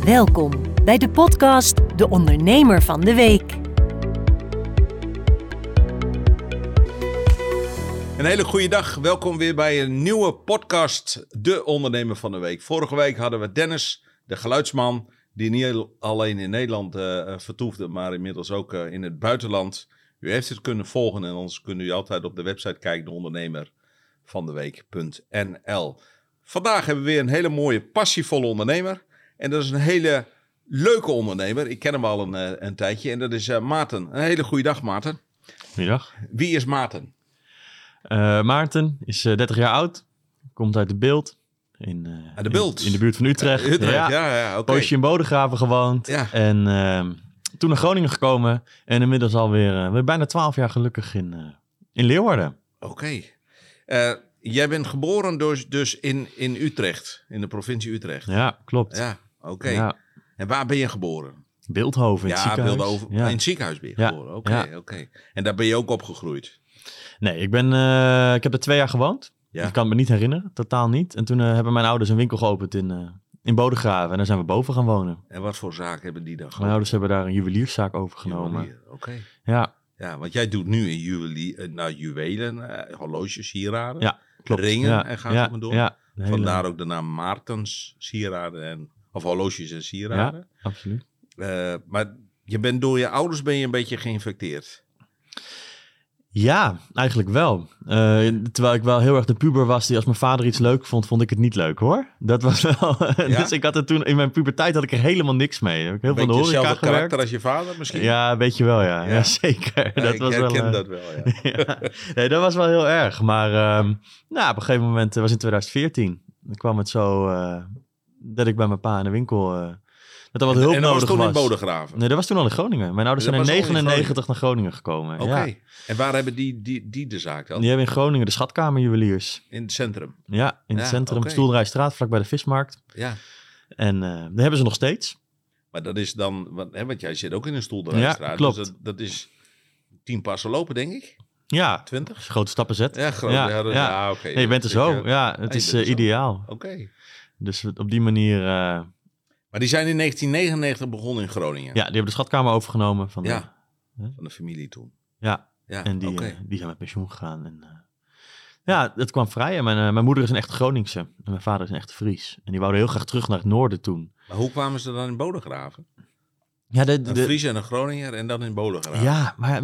Welkom bij de podcast De Ondernemer van de Week. Een hele goede dag. Welkom weer bij een nieuwe podcast De Ondernemer van de Week. Vorige week hadden we Dennis, de geluidsman, die niet alleen in Nederland vertoefde, maar inmiddels ook in het buitenland. U heeft het kunnen volgen en anders kunt u altijd op de website kijken, deondernemervandeweek.nl. Vandaag hebben we weer een hele mooie, passievolle ondernemer. En dat is een hele leuke ondernemer. Ik ken hem al een tijdje en dat is Maarten. Een hele goede dag, Maarten. Goeiedag. Wie is Maarten? Maarten is 30 jaar oud. Komt uit de Bilt. In de Bilt? In de buurt van Utrecht. Utrecht, ja, oké. Poosje in Bodegraven gewoond. Ja. En toen naar Groningen gekomen. En inmiddels alweer bijna 12 jaar gelukkig in Leeuwarden. Oké. Jij bent geboren dus in Utrecht, in de provincie Utrecht. Ja, klopt. Ja, oké. Ja. En waar ben je geboren? Beeldhoven, in het ziekenhuis. Beeldhoven. In het ziekenhuis ben je geboren. Oké. En daar ben je ook opgegroeid? Nee, ik heb er 2 jaar gewoond. Ja. Ik kan het me niet herinneren, totaal niet. En toen hebben mijn ouders een winkel geopend in Bodegraven. En daar zijn we boven gaan wonen. En wat voor zaak hebben die dan geopend? Mijn ouders hebben daar een juwelierszaak overgenomen. Juwelier, oké. Ja. Ja, want jij doet nu juwelen, horloges, sieraden, Ja, klopt. ringen en gaat het maar door. Ja, Vandaar ook de naam Maartens sieraden of horloges en sieraden. Ja, absoluut. Maar door je ouders ben je een beetje geïnfecteerd. Ja, eigenlijk wel. Terwijl ik wel heel erg de puber was die als mijn vader iets leuk vond ik het niet leuk hoor. Dat was wel... Ja? Dus ik had er toen, in mijn puberteit had ik er helemaal niks mee. Heb ik heel veel in de horeca gewerkt. Karakter als je vader misschien? Ja, weet je wel, ja. Ja zeker. Ja, dat was herken dat wel, ja. Ja. Nee, dat was wel heel erg. Maar op een gegeven moment, was in 2014, dan kwam het zo dat ik bij mijn pa in de winkel... dat er wat hulp nodig was. En dat was toen in Bodegraven? Nee, dat was toen al in Groningen. Mijn ouders zijn in 1999 naar Groningen gekomen. Oké. Ja. En waar hebben die de zaak dan? Die hebben in Groningen de Schatkamer Juweliers. In het centrum? Ja, in het centrum. Stoelderijstraat, vlak bij de Vismarkt. Ja. En daar hebben ze nog steeds. Maar dat is dan... Want jij zit ook in een Stoelderijstraat. Ja, klopt. Dus dat is 10 passen lopen, denk ik? Ja. 20? Grote stappen zet. Ja, grote. Ja, oké. Nee, je bent er zo. Ja, het is ideaal. Oké. Dus op die manier... Maar die zijn in 1999 begonnen in Groningen? Ja, die hebben de Schatkamer overgenomen van van de familie toen. Ja, en die zijn met pensioen gegaan. En, het kwam vrij. En mijn moeder is een echte Groningse. En mijn vader is een echte Fries. En die wouden heel graag terug naar het noorden toen. Maar hoe kwamen ze dan in Bodegraven? Ja, een Fries en een Groninger en dan in Bodegraven. Ja, maar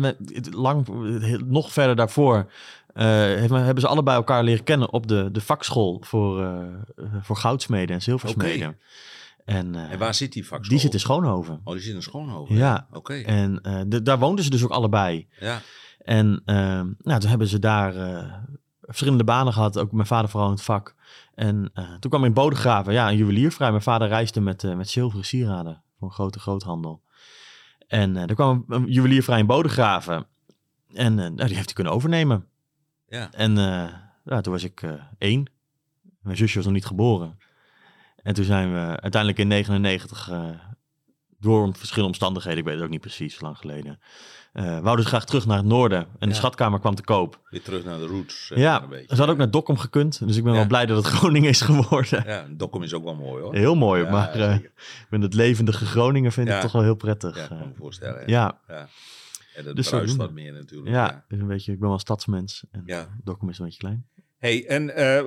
nog verder daarvoor hebben ze allebei elkaar leren kennen op de vakschool voor goudsmeden en zilversmeden. Okay. En waar zit die vakschool? Die zit in Schoonhoven. Oh, die zit in Schoonhoven? Ja. Oké. En daar woonden ze dus ook allebei. Ja. En toen hebben ze daar verschillende banen gehad. Ook mijn vader vooral in het vak. En toen kwam in Bodegraven een juwelier vrij. Mijn vader reisde met zilveren sieraden voor een grote groothandel. En er kwam een juwelier vrij in Bodegraven. En die heeft hij kunnen overnemen. Ja. En toen was ik 1. Mijn zusje was nog niet geboren. En toen zijn we uiteindelijk in 1999, door verschillende omstandigheden, ik weet het ook niet precies, lang geleden, wouden ze graag terug naar het noorden. En de Schatkamer kwam te koop. Weer terug naar de roots. Ja, ze hadden ook naar Dokkum gekund. Dus ik ben wel blij dat het Groningen is geworden. Ja, Dokkum is ook wel mooi hoor. Heel mooi, maar met het levendige Groningen vind ik toch wel heel prettig. Ja, kan me voorstellen. Ja. En dat bruist wat meer natuurlijk. Ja, dus een beetje, ik ben wel een stadsmens. En Dokkum is een beetje klein. Hey, en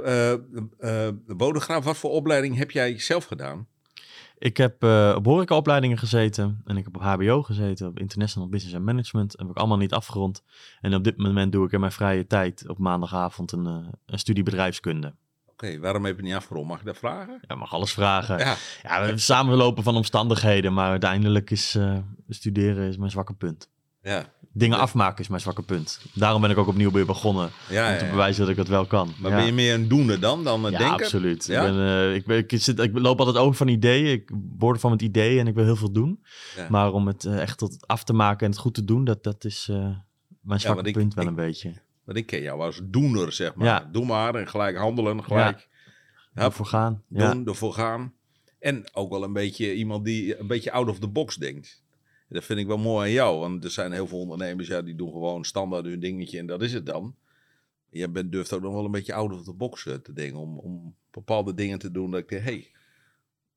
Bodegraven, wat voor opleiding heb jij zelf gedaan? Ik heb op horecaopleidingen gezeten en ik heb op HBO gezeten, op International Business and Management. Dat heb ik allemaal niet afgerond. En op dit moment doe ik in mijn vrije tijd op maandagavond een studie bedrijfskunde. Oké, waarom heb je niet afgerond? Mag ik dat vragen? Ja, mag alles vragen. Ja, we hebben samenlopen van omstandigheden, maar uiteindelijk is studeren is mijn zwakke punt. Ja. Dingen afmaken is mijn zwakke punt. Daarom ben ik ook opnieuw weer begonnen. Om te bewijzen dat ik het wel kan. Maar ben je meer een doener dan een denker? Ja, absoluut. Ja? Ik loop altijd over van ideeën. Ik word van het idee en ik wil heel veel doen. Ja. Maar om het echt tot af te maken en het goed te doen, dat is mijn zwakke punt wel een beetje. Want ik ken jou als doener, zeg maar. Ja. Doe maar en gelijk handelen, gelijk. Ja. Ervoor gaan. Doen, ervoor gaan. En ook wel een beetje iemand die een beetje out of the box denkt. Dat vind ik wel mooi aan jou, want er zijn heel veel ondernemers, die doen gewoon standaard hun dingetje en dat is het dan. Je durft ook nog wel een beetje out of the box te denken, om bepaalde dingen te doen dat ik denk,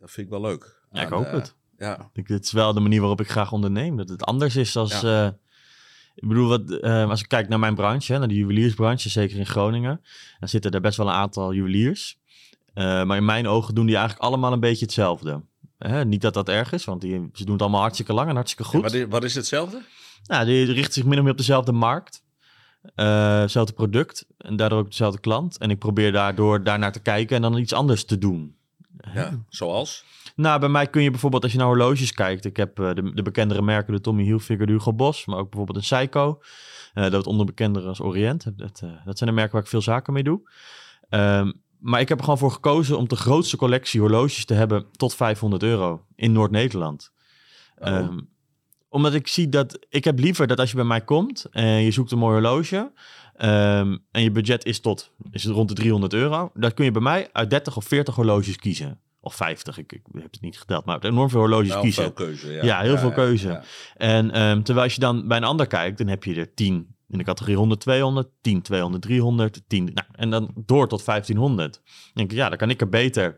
Dat vind ik wel leuk. Ja, ik hoop het. Ja. Het is wel de manier waarop ik graag onderneem. Dat het anders is als... ik bedoel, als ik kijk naar mijn branche, naar de juweliersbranche, zeker in Groningen, dan zitten er best wel een aantal juweliers. Maar in mijn ogen doen die eigenlijk allemaal een beetje hetzelfde. Niet dat dat erg is, want ze doen het allemaal hartstikke lang en hartstikke goed. Ja, wat is hetzelfde? Nou, die richten zich min of meer op dezelfde markt. Hetzelfde product en daardoor ook dezelfde klant. En ik probeer daarnaar te kijken en dan iets anders te doen. Ja, zoals? Nou, bij mij kun je bijvoorbeeld, als je naar horloges kijkt... Ik heb de bekendere merken, de Tommy Hilfiger, de Hugo Boss... maar ook bijvoorbeeld een Seiko. Dat wordt onderbekender als Orient. Dat zijn de merken waar ik veel zaken mee doe. Maar ik heb er gewoon voor gekozen om de grootste collectie horloges te hebben... tot €500 in Noord-Nederland. Omdat ik zie dat... Ik heb liever dat als je bij mij komt en je zoekt een mooi horloge... en je budget is rond de €300... dan kun je bij mij uit 30 of 40 horloges kiezen. Of 50, ik heb het niet geteld, maar enorm veel horloges kiezen. Veel keuze, ja, heel veel keuze. Ja. En terwijl als je dan bij een ander kijkt, dan heb je er 10 in de categorie 100, 200, 10, 200, 300, 10. Nou, en dan door tot 1500. Dan denk ik, ja, dan kan ik er beter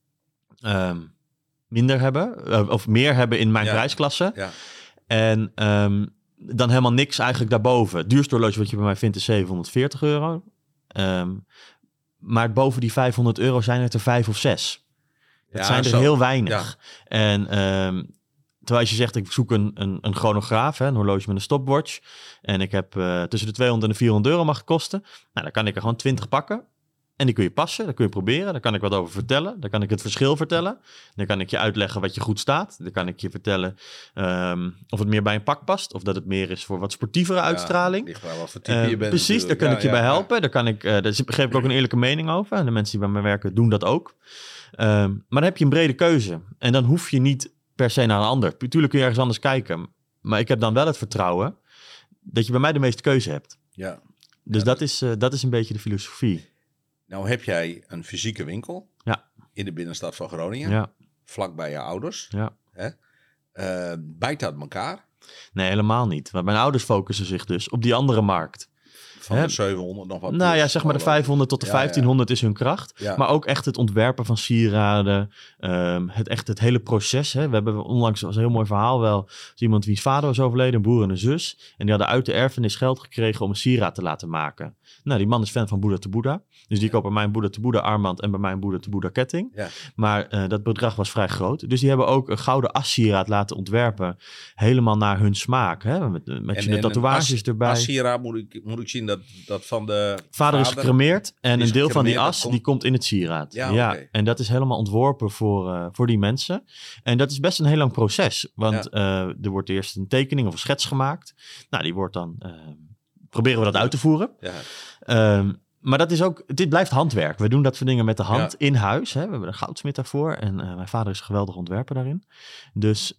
minder hebben, of meer hebben in mijn prijsklasse. Ja. En dan helemaal niks eigenlijk daarboven. Het duurste horloge wat je bij mij vindt is €740. Maar boven die €500 zijn het er 5 of 6. Het zijn er heel weinig. Ja. En terwijl als je zegt, ik zoek een chronograaf, een horloge met een stopwatch. En ik heb tussen de €200 en de €400 mag het kosten. Nou, dan kan ik er gewoon 20 pakken. En die kun je passen, dat kun je proberen. Daar kan ik wat over vertellen. Dan kan ik het verschil vertellen. Dan kan ik je uitleggen wat je goed staat. Dan kan ik je vertellen of het meer bij een pak past. Of dat het meer is voor wat sportievere uitstraling. Ligt wel wat voor type je bent. Precies, daar kan ik je bij helpen. Daar geef ik ook een eerlijke mening over. En de mensen die bij mij werken doen dat ook. Maar dan heb je een brede keuze. En dan hoef je niet per se naar een ander. Natuurlijk kun je ergens anders kijken. Maar ik heb dan wel het vertrouwen dat je bij mij de meeste keuze hebt. Ja. Dus dat is een beetje de filosofie. Nou heb jij een fysieke winkel in de binnenstad van Groningen. Vlak bij je ouders. Ja. Bijt dat elkaar? Nee, helemaal niet. Want mijn ouders focussen zich dus op die andere markt. Van de 700 nog wat. Nou ja, zeg maar de 500 tot de 1500 is hun kracht. Ja. Maar ook echt het ontwerpen van sieraden. Het hele proces. Hè. We hebben onlangs een heel mooi verhaal wel. Iemand wiens vader was overleden, een broer en een zus. En die hadden uit de erfenis geld gekregen om een sieraad te laten maken. Nou, die man is fan van Boeddha to Boeddha. Dus die koopt bij mij een Boeddha to Boeddha armband en bij mij een Boeddha to Boeddha ketting. Ja. Maar dat bedrag was vrij groot. Dus die hebben ook een gouden assieraad laten ontwerpen. Helemaal naar hun smaak. Hè. Met de tatoeages erbij. Assieraad moet ik zien dat van de vader is gecremeerd en een deel van die as die komt in het sieraad. Ja, okay. En dat is helemaal ontworpen voor die mensen. En dat is best een heel lang proces. Want er wordt eerst een tekening of een schets gemaakt. Nou, die wordt dan... proberen we dat uit te voeren. Ja. Maar dat is ook... Dit blijft handwerk. We doen dat soort dingen met de hand in huis. Hè. We hebben een goudsmid daarvoor. En mijn vader is een geweldig ontwerper daarin. Dus...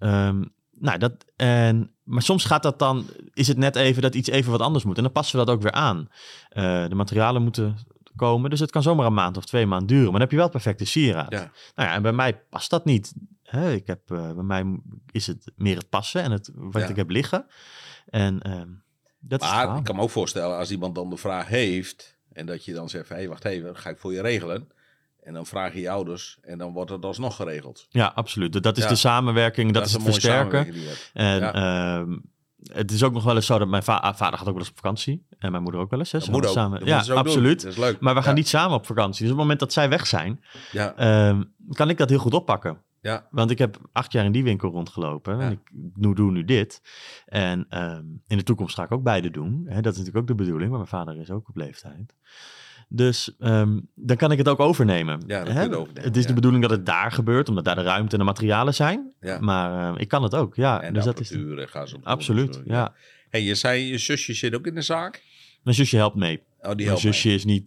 maar soms gaat dat dan, is het net even dat iets even wat anders moet. En dan passen we dat ook weer aan. De materialen moeten komen, dus het kan zomaar een maand of 2 maanden duren. Maar dan heb je wel het perfecte sieraad. Ja. Nou ja, en bij mij past dat niet. Bij mij is het meer het passen en wat ik heb liggen. En dat is het. Ik kan me ook voorstellen, als iemand dan de vraag heeft en dat je dan zegt, hey, wacht even, dat ga ik voor je regelen. En dan vraag je je ouders en dan wordt het alsnog geregeld. Ja, absoluut. Dat is de samenwerking, dat is het versterken. En het is ook nog wel eens zo dat mijn vader gaat ook wel eens op vakantie. En mijn moeder ook wel eens. Hè? Moeder ook. Samen. Ja, absoluut. Dat is leuk. Maar we gaan niet samen op vakantie. Dus op het moment dat zij weg zijn, kan ik dat heel goed oppakken. Ja. Want ik heb 8 jaar in die winkel rondgelopen. En ik doe nu dit. En in de toekomst ga ik ook beide doen. Hè? Dat is natuurlijk ook de bedoeling. Maar mijn vader is ook op leeftijd. Dus dan kan ik het ook overnemen. Ja, dat kun je het overnemen. Het is de bedoeling dat het daar gebeurt, omdat daar de ruimte en de materialen zijn. Ja. Maar ik kan het ook. Ja, en dus de apparatuur gaan ze op. Absoluut, ja. Hey, je zei, je zusje zit ook in de zaak? Mijn zusje helpt mee. Mijn zusje is niet...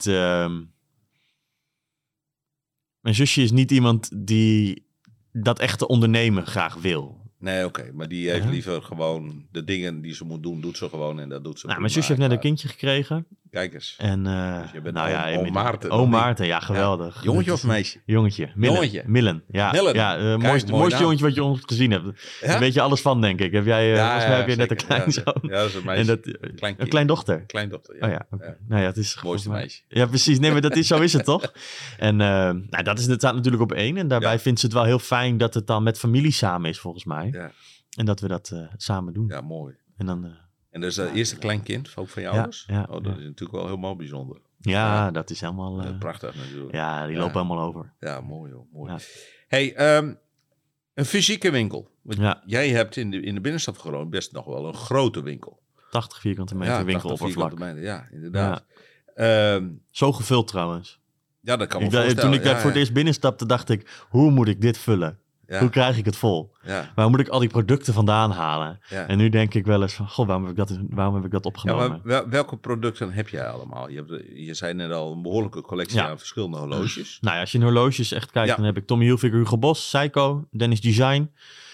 Mijn zusje is niet iemand die dat echte ondernemen graag wil. Nee, oké. Maar die heeft liever gewoon de dingen die ze moet doen, doet ze gewoon en dat doet ze. Nou, mijn zusje heeft net een kindje gekregen. Kijk eens. En, Dus je bent nou ja, oom Maarten. Oom Maarten, ja, geweldig. Ja. Jongetje of meisje? Jongetje. Millen. Ja, Millen. ja Kijk, mooiste mooi naam. jongetje wat je ons gezien hebt. Ja? Daar weet je alles van, denk ik. Heb jij, volgens mij heb je net een zeker. kleinzoon. Ja, dat is een meisje. En dat, een kleindochter. Kleindochter, ja. Oh ja, oké. Ja. Nou ja, het is Mooiste volgens mij- meisje. Ja, precies. Nee, maar zo is het toch? En nou, dat staat natuurlijk op 1. En daarbij Ja. vindt ze het wel heel fijn dat het dan met familie samen is, volgens mij. Ja. En dat we dat samen doen. Ja, mooi. En dan, En dat is het eerste kleinkind, ook van je Ja, ouders? ja, Oh, dat ja. is natuurlijk wel helemaal bijzonder. ja, dat is helemaal... Prachtig natuurlijk. ja, die Ja. lopen helemaal over. Ja, mooi joh. Mooi. Ja. Hey, een fysieke winkel. Want Ja. jij hebt in de binnenstad gewoon best nog wel een grote winkel. 80 vierkante meter 80 winkeloppervlak. vierkante meter, ja, inderdaad. Ja, Zo gevuld trouwens. ja dat kan me Toen voorstellen. ik daar Ja, voor het eerst binnenstapte, dacht ik... Hoe moet ik dit vullen? ja, Hoe krijg ik het vol? ja, Waar moet ik al die producten vandaan halen? ja. En nu denk ik wel eens van... Goh, waarom heb ik dat Ja, opgenomen? maar welke producten heb jij allemaal? Je zei net al een behoorlijke collectie Ja. aan verschillende horloges. Nou ja, als je in horloges echt kijkt... Ja. Dan heb ik Tommy Hilfiger, Hugo Boss, Seiko, Dennis Design...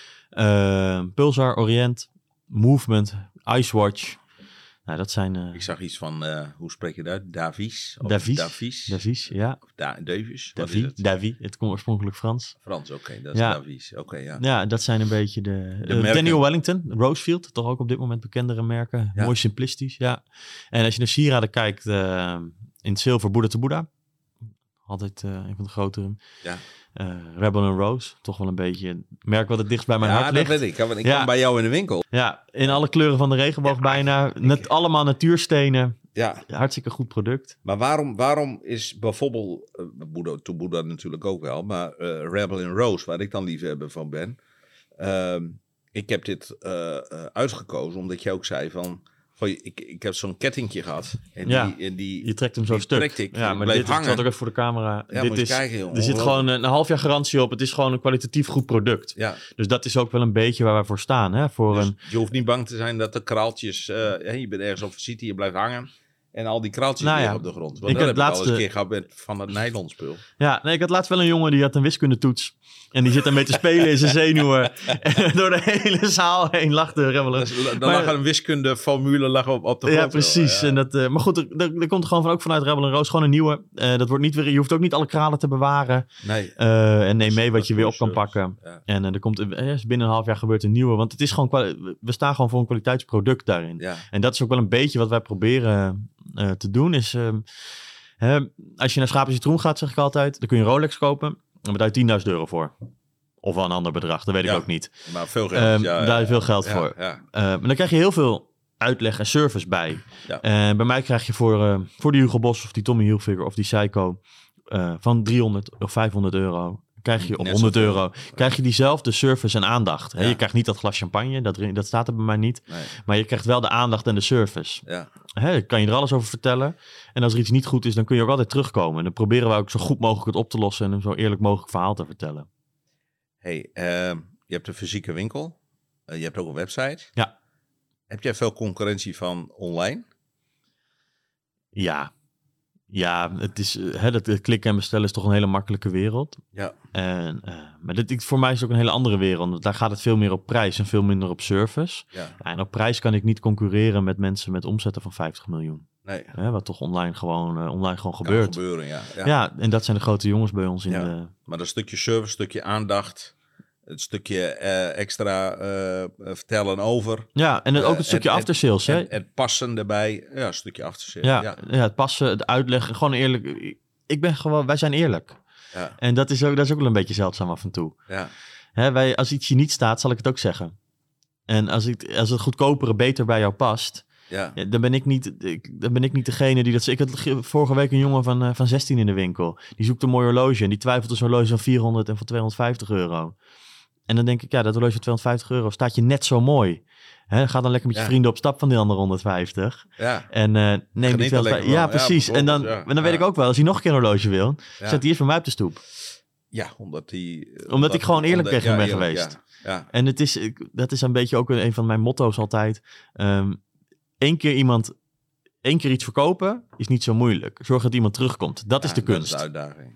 Pulsar, Orient, Movement, Icewatch. Nou, dat zijn... Ik zag iets van, hoe spreek je dat uit? Davies? Of Davies. Davies? Davies, ja. Of Davies? Wat is Davy, het? Davy. Het komt oorspronkelijk Frans. Frans, oké. Dat is Ja. Davies. Oké, ja. Ja, dat zijn een beetje de merken. Daniel Wellington, Rosefield, toch ook op dit moment bekendere merken. Ja. Mooi simplistisch, ja. En als je naar sieraden kijkt, in het zilver Buddha to Buddha. Altijd een van de grotere. Ja. Rebel and Rose, toch wel een beetje een merk wat het dichtst bij mijn Ja, hart dat ligt. weet ik. Want ik Ja. kwam bij jou in de winkel. Ja, in alle kleuren van de regenboog bijna. Allemaal natuurstenen. Ja, Hartstikke goed product. maar waarom is bijvoorbeeld, Buddha to Buddha natuurlijk ook wel, maar Rebel in Rose, waar ik dan liefhebber van ben. Ik heb dit uitgekozen omdat je ook zei van ik heb zo'n kettingje gehad. En Ja, die Je trekt hem zo die stuk. trekt ik, Ja, die maar bleef dit is, hangen. ik zat ook even voor de camera. Ja, Dit moet je is, kijken, joh. er zit gewoon een half jaar garantie op. Het is gewoon een kwalitatief goed product. Ja, Dus dat is ook wel een beetje waar wij voor staan. Hè? Voor dus een, je hoeft niet bang te zijn dat de kraaltjes, je bent ergens op visite, je blijft hangen. En al die kraaltjes Nou ja, liggen op de grond. Want ik dat heb heb ik laatste- al eens een keer gehad met van het nylonspul. ja, nee, ik had laatst wel een jongen die had een wiskundetoets. En die zit daarmee te spelen in zijn zenuwen. En door de hele zaal heen lag de Rebel. Dan Maar- lag een wiskundeformule op de grond. Ja, precies. Ja. En maar goed, er komt gewoon ook vanuit Rebel Rose gewoon een nieuwe. Dat wordt niet weer, je hoeft ook niet alle kralen te bewaren. Nee. En neem mee Dat wat is je weer op kan goede pakken. service. En er komt binnen een half jaar gebeurt een nieuwe. Want het is gewoon we staan gewoon voor een kwaliteitsproduct daarin. Ja. En dat is ook wel een beetje wat wij proberen te doen. Is, als je naar Schapen Citroen gaat, zeg ik altijd, dan kun je een Rolex kopen. Dan betaal je €10.000 voor. Of wel een ander bedrag, dat weet ik Ja. ook niet. Maar veel geld. Daar heb je veel geld ja, voor. Ja. Maar dan krijg je heel veel uitleg en service bij. Ja. Bij mij krijg je voor die Hugo Boss of die Tommy Hilfiger of die Seiko van €300 of €500... krijg je, of Net €100, krijg je diezelfde service en aandacht. Hè? Ja. Je krijgt niet dat glas champagne, dat staat er bij mij niet. Nee. Maar je krijgt wel de aandacht en de service. Ja. Hè, kan je er alles over vertellen. En als er iets niet goed is, dan kun je ook altijd terugkomen. En dan proberen we ook zo goed mogelijk het op te lossen... en een zo eerlijk mogelijk verhaal te vertellen. Hey, je hebt een fysieke winkel. Je hebt ook een website. Ja. Heb jij veel concurrentie van online? Ja, het is, dat klikken en bestellen is toch een hele makkelijke wereld. Ja. Maar voor mij is het ook een hele andere wereld. Want daar gaat het veel meer op prijs en veel minder op service. Ja. Ja, en op prijs kan ik niet concurreren met mensen met omzetten van 50 miljoen. Nee. Wat toch online gewoon Kan gebeurt. gebeuren, ja. Ja, en dat zijn de grote jongens bij ons in Ja. de... Maar dat stukje service, stukje aandacht, het stukje extra vertellen over. Ja, en ook het stukje aftersales. Hè? Het passen erbij. Ja, een stukje aftersales. Ja, het passen, het uitleggen, gewoon eerlijk. Wij zijn eerlijk. Ja. En dat is ook wel een beetje zeldzaam af en toe. Ja. Als iets je niet staat, zal ik het ook zeggen. En als het goedkopere beter bij jou past, Ja. dan ben ik niet degene die dat... Ik had vorige week een jongen van 16 in de winkel. Die zoekt een mooi horloge en die twijfelt tussen een horloge van 400 en van €250. En dan denk ik, dat horloge van €250 staat je net zo mooi. Ga dan lekker met je vrienden op stap van die andere 150. Ja. En neem die Geniet er 250. lekker Ja, van. precies. Ja, En dan bijvoorbeeld, ja. weet ik ook wel, als hij nog een keer een horloge wil, zet hij eerst bij mij op de stoep. Ja, omdat ik gewoon eerlijk tegen hem ben geweest. Ja. En dat is een beetje ook een van mijn motto's altijd. Eén keer iemand één keer iets verkopen is niet zo moeilijk. Zorg dat iemand terugkomt. Dat is de kunst. Dat is de uitdaging.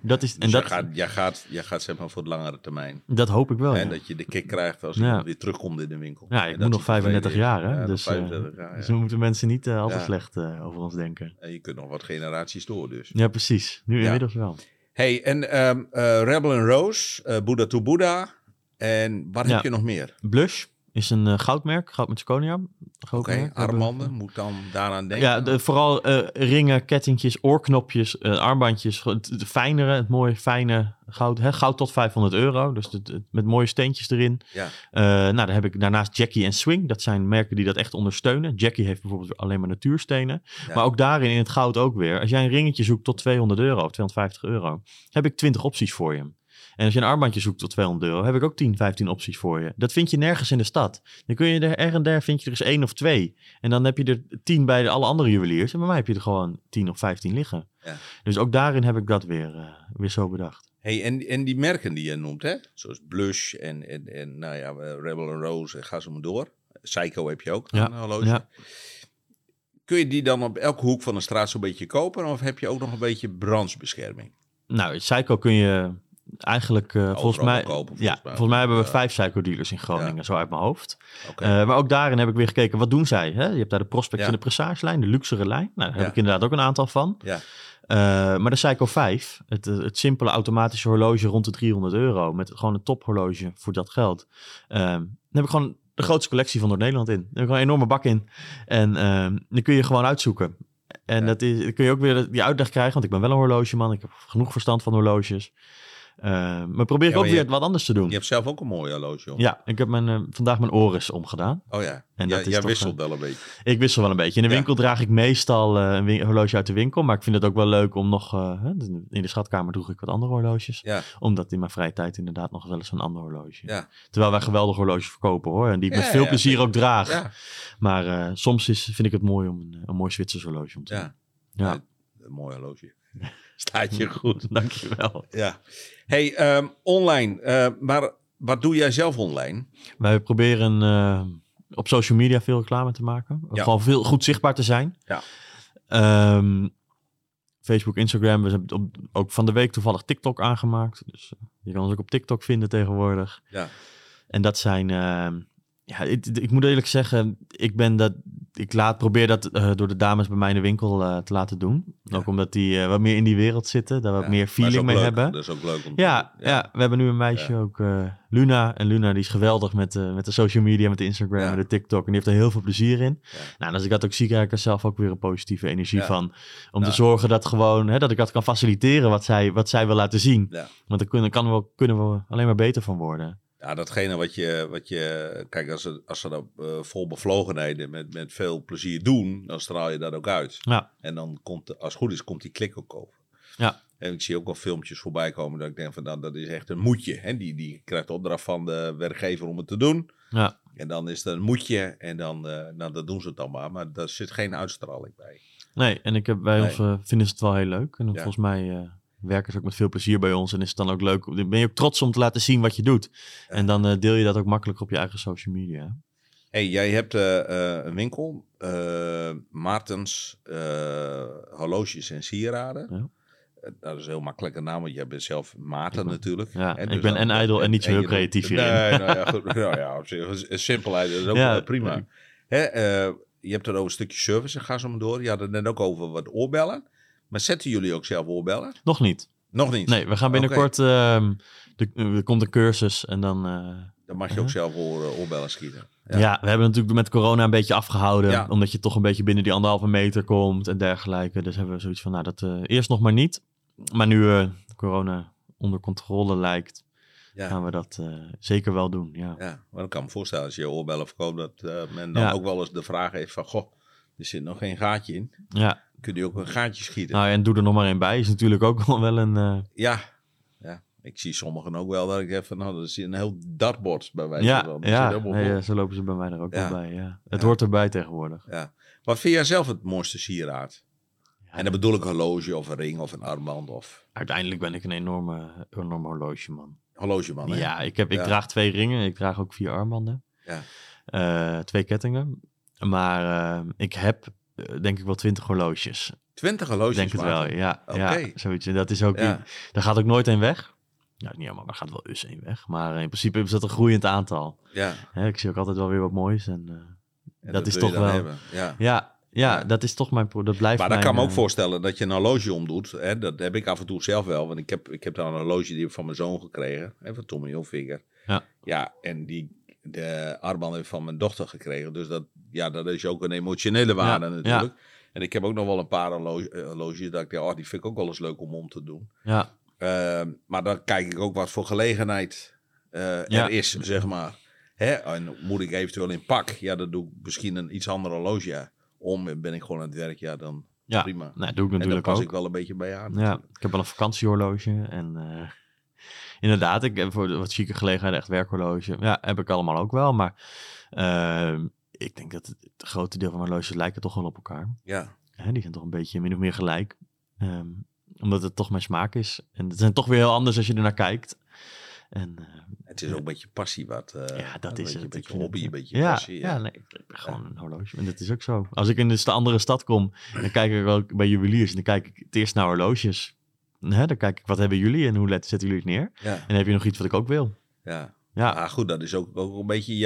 Dus jij gaat zeg maar voor de langere termijn. Dat hoop ik wel, En ja. dat je de kick krijgt als iemand weer terugkomt in de winkel. Ja, ik moet nog 35 jaar, hè. Ja, Dus 35 jaar, dus we moeten mensen niet al te slecht over ons denken. En je kunt nog wat generaties door dus. Ja, precies. Nu inmiddels wel. Hey, en Rebel and Rose, Buddha to Buddha. En wat heb je nog meer? Blush is een goudmerk, goud met zirconia. Oké, armbanden, moet ik dan daaraan denken? Ja, vooral ringen, kettingjes, oorknopjes, armbandjes. Het fijnere, het mooie, fijne goud. Goud tot €500. Dus met mooie steentjes erin. Ja. Dan heb ik daarnaast Jackie en Swing. Dat zijn merken die dat echt ondersteunen. Jackie heeft bijvoorbeeld alleen maar natuurstenen. Ja. Maar ook daarin in het goud ook weer. Als jij een ringetje zoekt tot €200 of €250, heb ik 20 opties voor je. En als je een armbandje zoekt tot €200, heb ik ook 10, 15 opties voor je. Dat vind je nergens in de stad. Dan kun je er en der vind je er eens 1 of 2. En dan heb je er 10 bij alle andere juweliers. En bij mij heb je er gewoon 10 of 15 liggen. Ja. Dus ook daarin heb ik dat weer zo bedacht. Hey, en die merken die je noemt, hè? Zoals Blush en nou ja, Rebel and Rose, ga zo maar door. Seiko heb je ook, een horloge. Ja. Kun je die dan op elke hoek van de straat zo'n beetje kopen? Of heb je ook nog een beetje branchebescherming? Nou, Seiko kun je eigenlijk volgens mij hebben we 5 Seiko-dealers in Groningen, zo uit mijn hoofd. Okay. Maar ook daarin heb ik weer gekeken, wat doen zij? Hè? Je hebt daar de Prospect en de Presage-lijn, de luxere lijn. Nou, daar heb ik inderdaad ook een aantal van. Ja. Maar de Seiko 5, het simpele automatische horloge rond de €300... met gewoon een tophorloge voor dat geld. Dan heb ik gewoon de grootste collectie van Noord-Nederland in. Daar heb ik gewoon een enorme bak in. En dan kun je gewoon uitzoeken. En dan kun je ook weer die uitleg krijgen, want ik ben wel een horlogeman. Ik heb genoeg verstand van horloges. Maar probeer ik ook weer wat anders te doen. Je hebt zelf ook een mooi horloge. Hoor. Ja, ik heb vandaag mijn Oris omgedaan. Oh ja, en jij wisselt wel een beetje. Ik wissel wel een beetje. In de winkel draag ik meestal een horloge uit de winkel. Maar ik vind het ook wel leuk om nog... in de schatkamer droeg ik wat andere horloges. Ja. Omdat in mijn vrije tijd inderdaad nog wel eens een ander horloge. Ja. Terwijl wij geweldige horloges verkopen hoor. En die ik met veel plezier ook draag. Ja. Maar soms vind ik het mooi om een mooi Zwitsers horloge om te doen. Ja, een mooi horloge. Staat je goed. Dankjewel. Ja. Hey, online. Maar wat doe jij zelf online? Wij proberen op social media veel reclame te maken. Ja. Gewoon veel goed zichtbaar te zijn. Ja. Facebook, Instagram. We hebben ook van de week toevallig TikTok aangemaakt. Dus je kan ons ook op TikTok vinden tegenwoordig. Ja. En dat zijn... ik moet eerlijk zeggen, ik probeer dat door de dames bij mij in de winkel te laten doen. Ja. Ook omdat die wat meer in die wereld zitten, daar wat meer feeling mee hebben. Dat is ook leuk om te doen. Ja, we hebben nu een meisje ook, Luna. En Luna die is geweldig met de social media, met de Instagram en de TikTok. En die heeft er heel veel plezier in. Ja. Nou, en als ik dat ook zie, krijg ik er zelf ook weer een positieve energie van. Om te zorgen dat dat ik dat kan faciliteren wat zij wil laten zien. Ja. Want daar kunnen we alleen maar beter van worden. Ja, datgene wat je kijk, als ze dat vol bevlogenheden met veel plezier doen, dan straal je dat ook uit. Ja. En dan als het goed is, komt die klik ook over. Ja. En ik zie ook wel filmpjes voorbij komen dat ik denk van, dat is echt een moetje. Hè? Die krijgt de opdracht van de werkgever om het te doen. Ja. En dan is het een moetje en dan doen ze het dan maar daar zit geen uitstraling bij. Nee, en ons vinden ze het wel heel leuk. En volgens mij... werken ze ook met veel plezier bij ons en is het dan ook leuk. Dan ben je ook trots om te laten zien wat je doet. Ja. En dan deel je dat ook makkelijk op je eigen social media. Hey, jij hebt een winkel, Maartens horloges en sieraden. Ja. Dat is een heel makkelijke naam, want jij bent zelf Maarten natuurlijk. Ja, dus ik ben en ijdel en niet zo heel creatief hierin. Nee, nou ja, goed. Nou ja, op zich, simpelheid is ook prima. Je hebt er over een stukje service en ga zo maar door. Je had het net ook over wat oorbellen. Maar zetten jullie ook zelf oorbellen? Nog niet. Nog niet? Nee, we gaan binnenkort... er komt een cursus en dan... dan mag je ook zelf oorbellen schieten. Ja, we hebben natuurlijk met corona een beetje afgehouden. Ja. Omdat je toch een beetje binnen die 1,5 meter komt en dergelijke. Dus hebben we zoiets van, dat eerst nog maar niet. Maar nu corona onder controle lijkt... gaan we dat zeker wel doen. Ja, maar dan kan ik me voorstellen als je oorbellen verkoopt... dat men dan ook wel eens de vraag heeft van... goh, er zit nog geen gaatje in. Ja. Kun je ook een gaatje schieten. Nou, en doe er nog maar één bij. Is natuurlijk ook wel een... Ja, ik zie sommigen ook wel dat ik even... dat is een heel dartbord bij wijze van. Zo lopen ze bij mij er ook wel bij. Ja. Het hoort erbij tegenwoordig. Ja. Wat vind jij zelf het mooiste sieraad? En dan bedoel ik een horloge of een ring of een armband of... Uiteindelijk ben ik een enorme horlogeman. Horlogeman, hè? Ja, ik draag 2 ringen. Ik draag ook 4 armbanden. Ja. 2 kettingen. Maar ik heb denk ik wel 20 horloges. 20 horloges? Denk het wel, ja. Oké. Ja, zoiets. En dat is ook... Ja. Daar gaat ook nooit een weg. Ja, niet helemaal, maar gaat wel één weg. Maar in principe is dat een groeiend aantal. Ja. Ik zie ook altijd wel weer wat moois. En dat is wil je toch dan wel... hebben. Ja. Ja, dat is toch mijn... Dat blijft Maar dan mijn, kan me ook voorstellen dat je een horloge omdoet. Hè? Dat heb ik af en toe zelf wel. Want ik heb dan een horloge die ik van mijn zoon gekregen. Hè, van Tommy Hilfiger. Ja, en de armband van mijn dochter gekregen. Dus dat is ook een emotionele waarde natuurlijk. Ja. En ik heb ook nog wel een paar horloges dat ik denk, die vind ik ook wel eens leuk om te doen. Ja. Maar dan kijk ik ook wat voor gelegenheid er is, zeg maar. Hè? En moet ik eventueel in pak? Ja, dan doe ik misschien een iets ander horloge om. Ben ik gewoon aan het werk, dan prima. Nee, doe ik natuurlijk ook. En daar pas ik wel een beetje bij aan. Ja, ik heb wel een vakantiehorloge en... Inderdaad, ik heb voor wat chique gelegenheden echt werkhorloge. Ja, heb ik allemaal ook wel. Maar ik denk dat het grote deel van mijn horloges lijken toch wel op elkaar. Ja. Die zijn toch een beetje min of meer gelijk. Omdat het toch mijn smaak is. En het zijn toch weer heel anders als je er naar kijkt. En, het is ook een beetje passie wat. Dat is het. Een beetje hobby, een beetje passie. Ja, nee, ik ben gewoon een horloge. En dat is ook zo. Als ik in de andere stad kom, dan kijk ik wel bij juweliers. En dan kijk ik het eerst naar horloges. Dan kijk ik, wat hebben jullie en hoe zetten jullie het neer? Ja. En heb je nog iets wat ik ook wil? Ja. Ah, goed, dat is ook een beetje